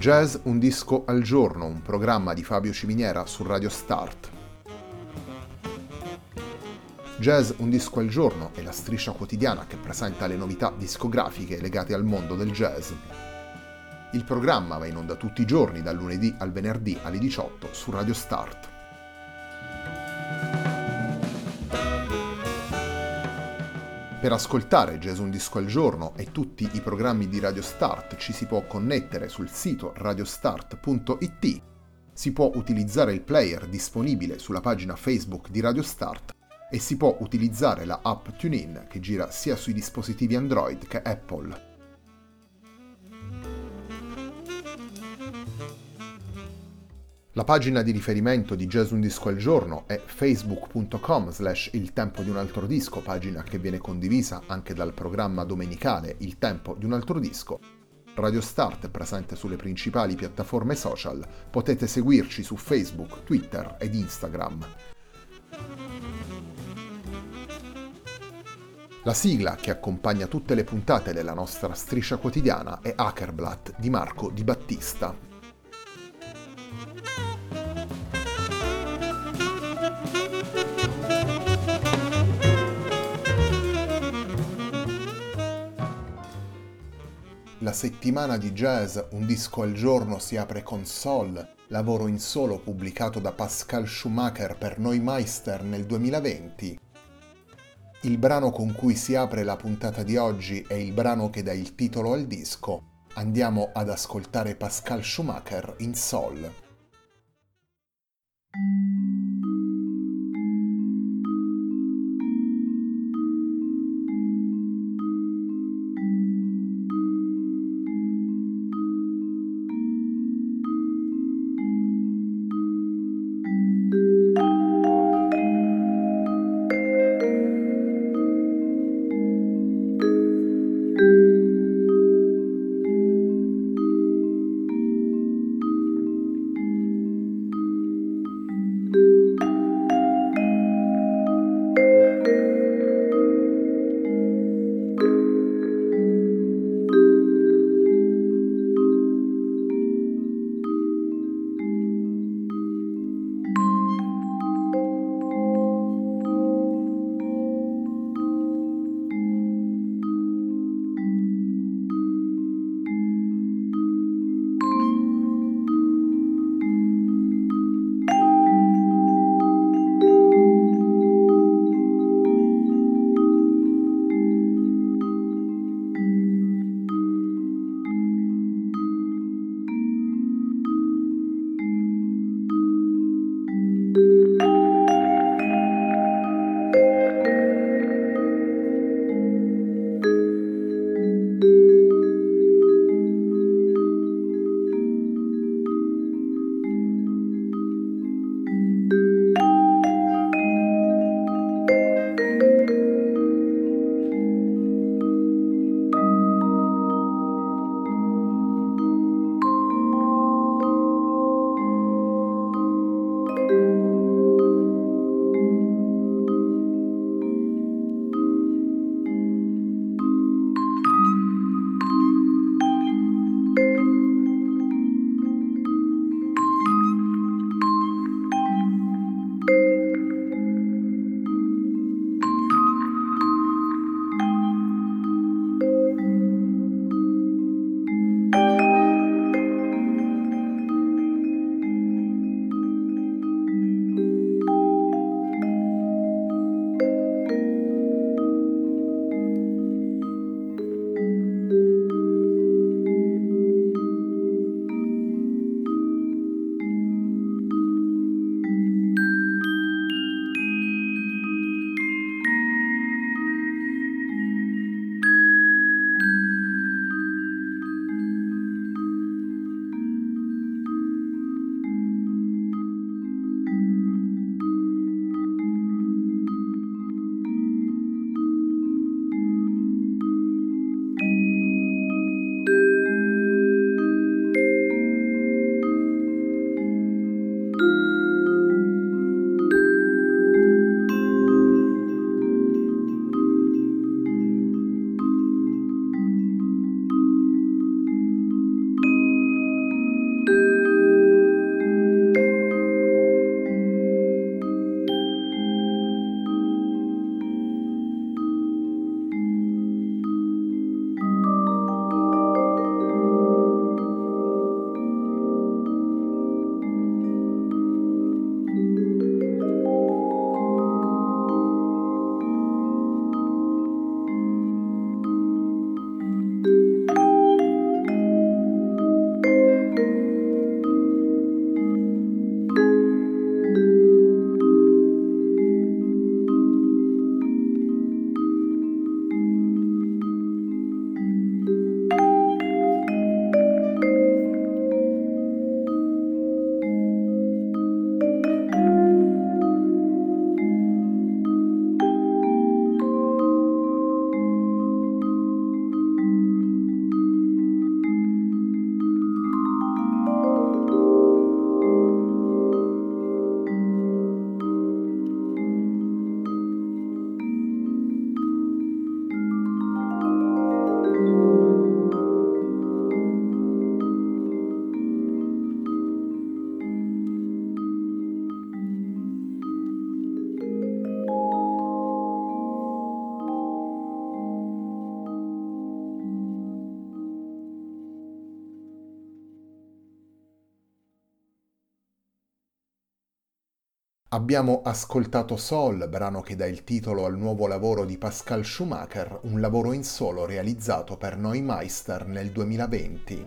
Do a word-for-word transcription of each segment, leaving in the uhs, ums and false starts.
Jazz un disco al giorno, un programma di Fabio Ciminiera su Radio Start. Jazz un disco al giorno è la striscia quotidiana che presenta le novità discografiche legate al mondo del jazz. Il programma va in onda tutti i giorni dal lunedì al venerdì alle diciotto su Radio Start. Per ascoltare Jazz un disco al giorno e tutti i programmi di Radio Start ci si può connettere sul sito radiostart punto it, si può utilizzare il player disponibile sulla pagina Facebook di Radio Start e si può utilizzare la app TuneIn che gira sia sui dispositivi Android che Apple. La pagina di riferimento di Jazz un disco al giorno è facebook punto com slash il tempo di un altro disco, pagina che viene condivisa anche dal programma domenicale Il tempo di un altro disco. Radio Start è presente sulle principali piattaforme social, potete seguirci su Facebook, Twitter ed Instagram. La sigla che accompagna tutte le puntate della nostra striscia quotidiana è Hackerblatt di Marco Di Battista. La settimana di jazz Un disco al giorno si apre con Sol, lavoro in solo pubblicato da Pascal Schumacher per Neumeister nel duemilaventi. Il brano con cui si apre la puntata di oggi è il brano che dà il titolo al disco. Andiamo ad ascoltare Pascal Schumacher in Sol. Abbiamo ascoltato Soul, brano che dà il titolo al nuovo lavoro di Pascal Schumacher, un lavoro in solo realizzato per Neumeister nel duemilaventi.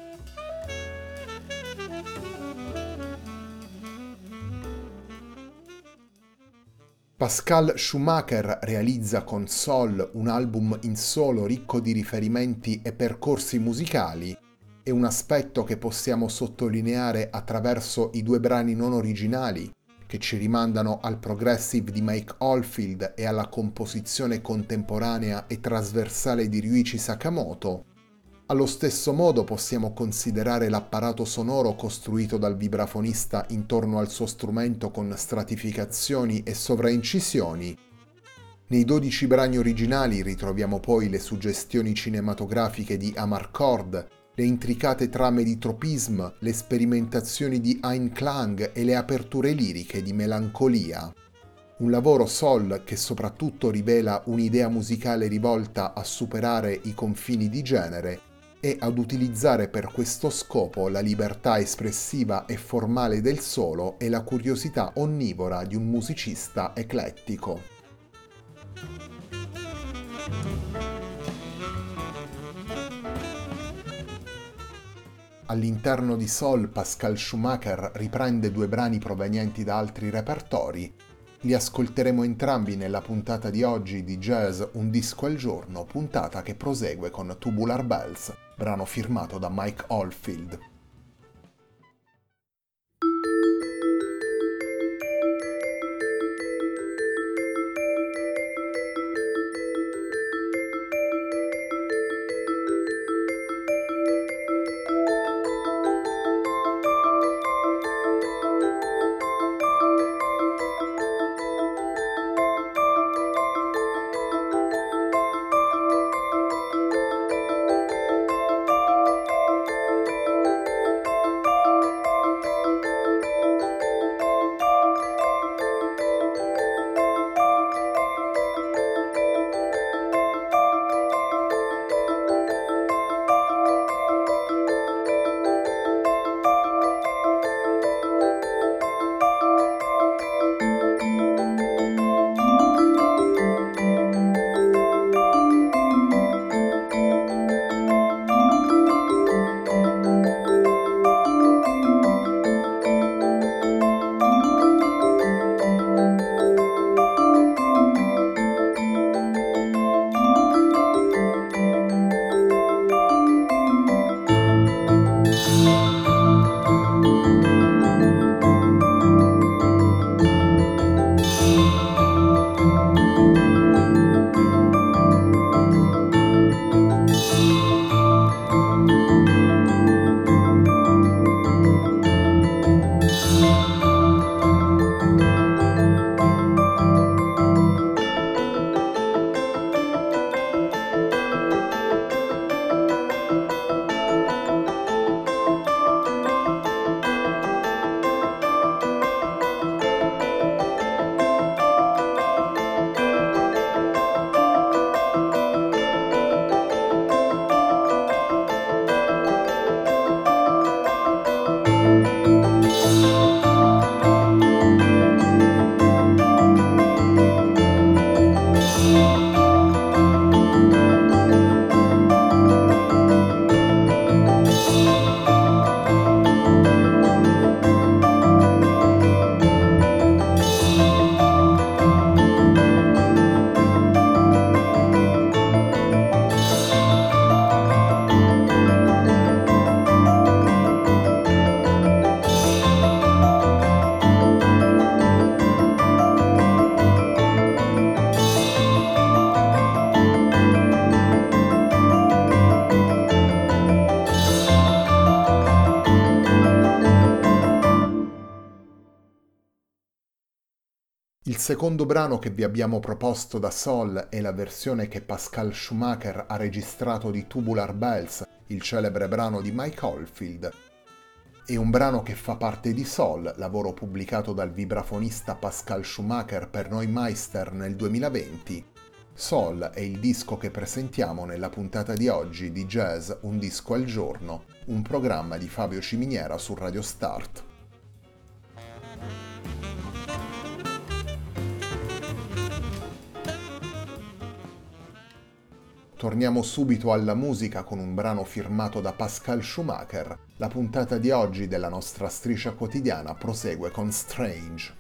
Pascal Schumacher realizza con Soul un album in solo ricco di riferimenti e percorsi musicali, e un aspetto che possiamo sottolineare attraverso i due brani non originali, che ci rimandano al progressive di Mike Oldfield e alla composizione contemporanea e trasversale di Ryuichi Sakamoto. Allo stesso modo possiamo considerare l'apparato sonoro costruito dal vibrafonista intorno al suo strumento con stratificazioni e sovraincisioni. Nei dodici brani originali ritroviamo poi le suggestioni cinematografiche di Amarcord, le intricate trame di tropisme, le sperimentazioni di Einklang e le aperture liriche di Melancolia. Un lavoro Soul che soprattutto rivela un'idea musicale rivolta a superare i confini di genere e ad utilizzare per questo scopo la libertà espressiva e formale del solo e la curiosità onnivora di un musicista eclettico. All'interno di Soul, Pascal Schumacher riprende due brani provenienti da altri repertori. Li ascolteremo entrambi nella puntata di oggi di Jazz Un disco al giorno, puntata che prosegue con Tubular Bells, brano firmato da Mike Oldfield. Il secondo brano che vi abbiamo proposto da Soul è la versione che Pascal Schumacher ha registrato di Tubular Bells, il celebre brano di Mike Oldfield. È un brano che fa parte di Soul, lavoro pubblicato dal vibrafonista Pascal Schumacher per Neumeister nel duemilaventi. Soul è il disco che presentiamo nella puntata di oggi di Jazz Un disco al giorno, un programma di Fabio Ciminiera su Radio Start. Torniamo subito alla musica con un brano firmato da Pascal Schumacher. La puntata di oggi della nostra striscia quotidiana prosegue con Strange.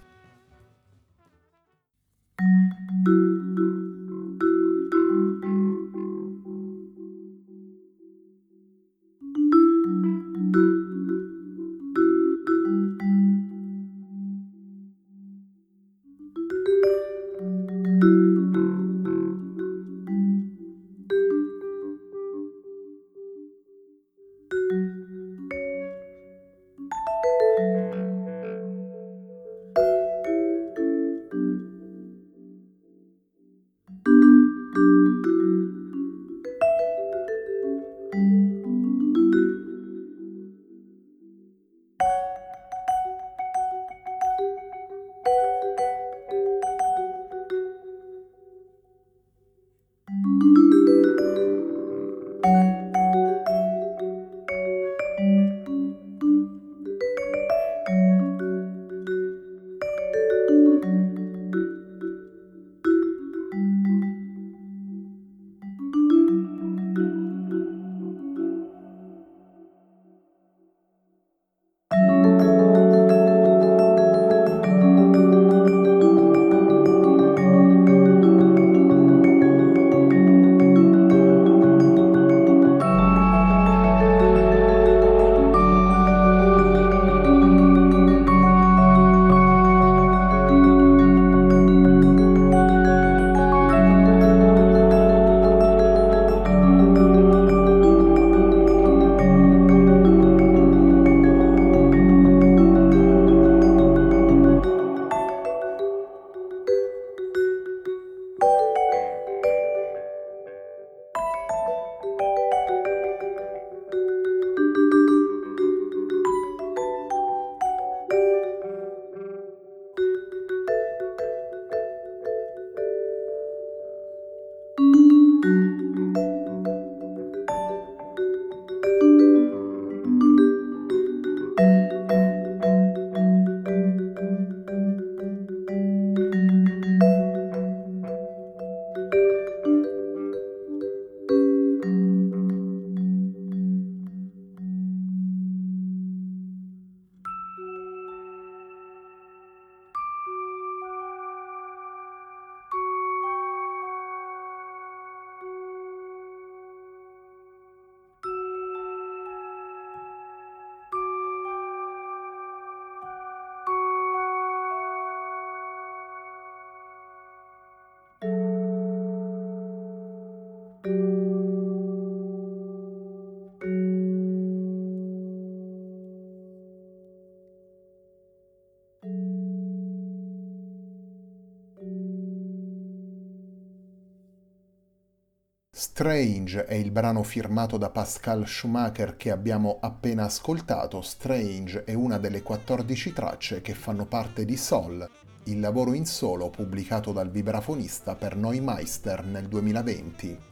Strange è il brano firmato da Pascal Schumacher che abbiamo appena ascoltato. Strange è una delle quattordici tracce che fanno parte di Soul, il lavoro in solo pubblicato dal vibrafonista per Neumeister nel duemilaventi.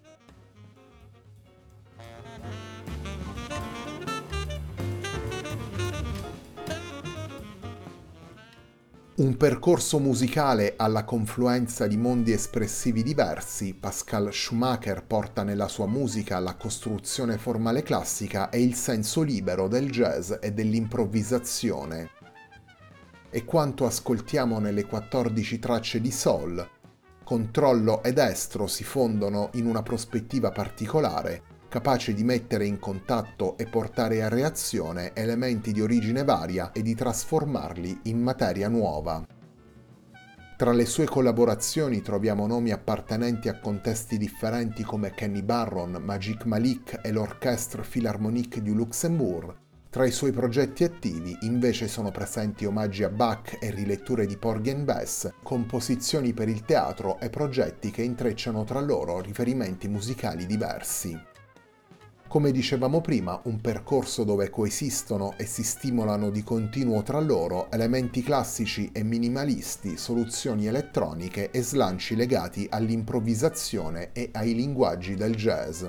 Un percorso musicale alla confluenza di mondi espressivi diversi, Pascal Schumacher porta nella sua musica la costruzione formale classica e il senso libero del jazz e dell'improvvisazione. E quanto ascoltiamo nelle quattordici tracce di Soul, controllo ed estro si fondono in una prospettiva particolare, capace di mettere in contatto e portare a reazione elementi di origine varia e di trasformarli in materia nuova. Tra le sue collaborazioni troviamo nomi appartenenti a contesti differenti come Kenny Barron, Magic Malik e l'Orchestre Philharmonique du Luxembourg. Tra i suoi progetti attivi invece sono presenti omaggi a Bach e riletture di Porgy and Bess, composizioni per il teatro e progetti che intrecciano tra loro riferimenti musicali diversi. Come dicevamo prima, un percorso dove coesistono e si stimolano di continuo tra loro elementi classici e minimalisti, soluzioni elettroniche e slanci legati all'improvvisazione e ai linguaggi del jazz.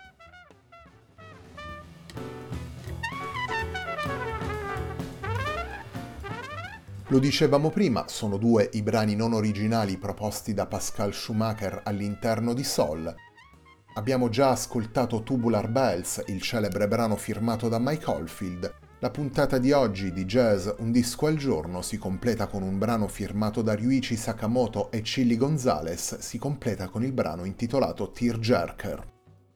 Lo dicevamo prima, sono due i brani non originali proposti da Pascal Schumacher all'interno di Soul. Abbiamo già ascoltato Tubular Bells, il celebre brano firmato da Mike Oldfield. La puntata di oggi di Jazz Un Disco al Giorno si completa con un brano firmato da Ryuichi Sakamoto e Chilly Gonzalez, si completa con il brano intitolato Tearjerker.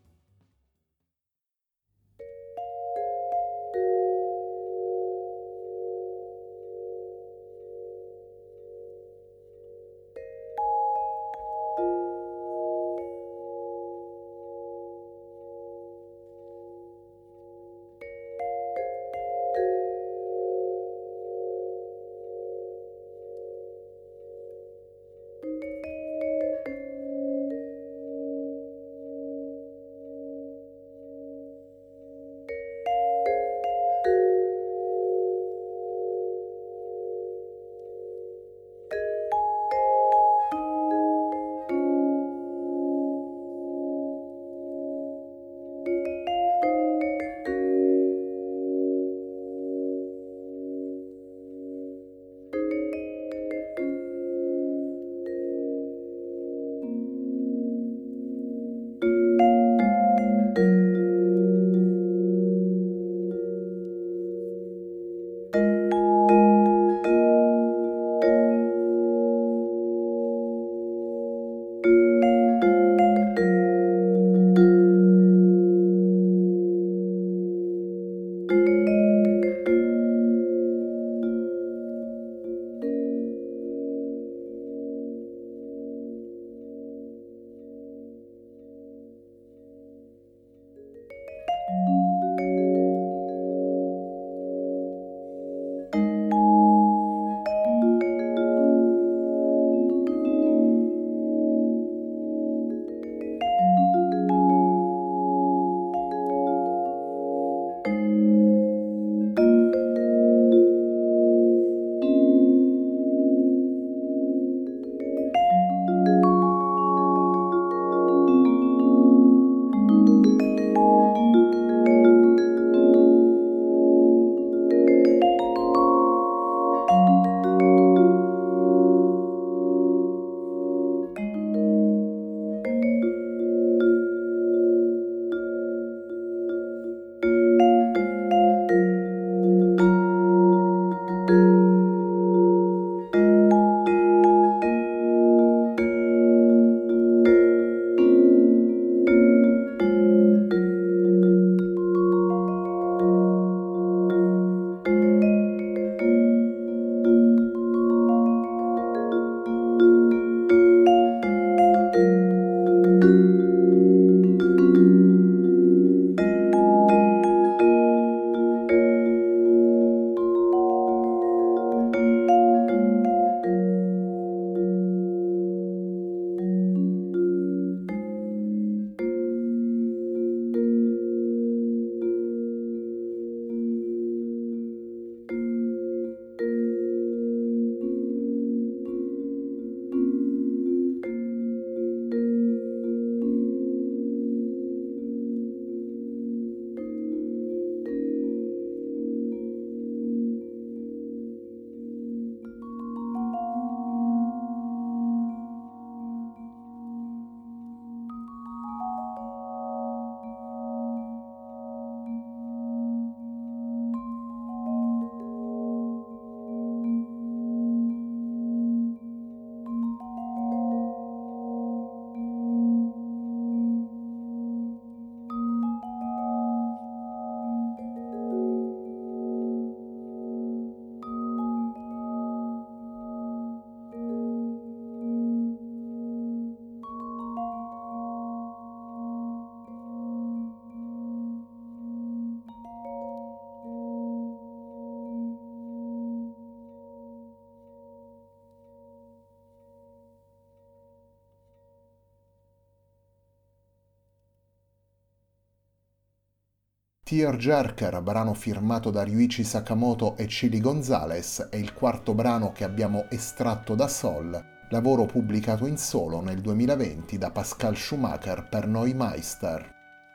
Tearjerker, brano firmato da Ryuichi Sakamoto e Chilly Gonzalez, è il quarto brano che abbiamo estratto da Sol, lavoro pubblicato in solo nel duemilaventi da Pascal Schumacher per Neumeister.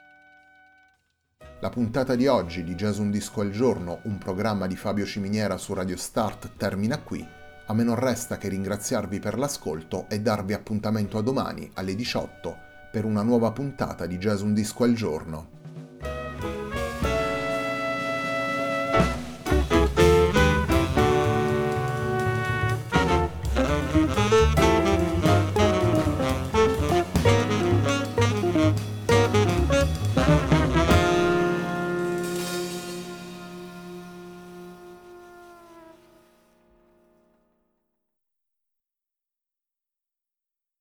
La puntata di oggi di Jazz Un Disco al Giorno, un programma di Fabio Ciminiera su Radio Start, termina qui. A me non resta che ringraziarvi per l'ascolto e darvi appuntamento a domani alle diciotto per una nuova puntata di Jazz Un Disco al Giorno.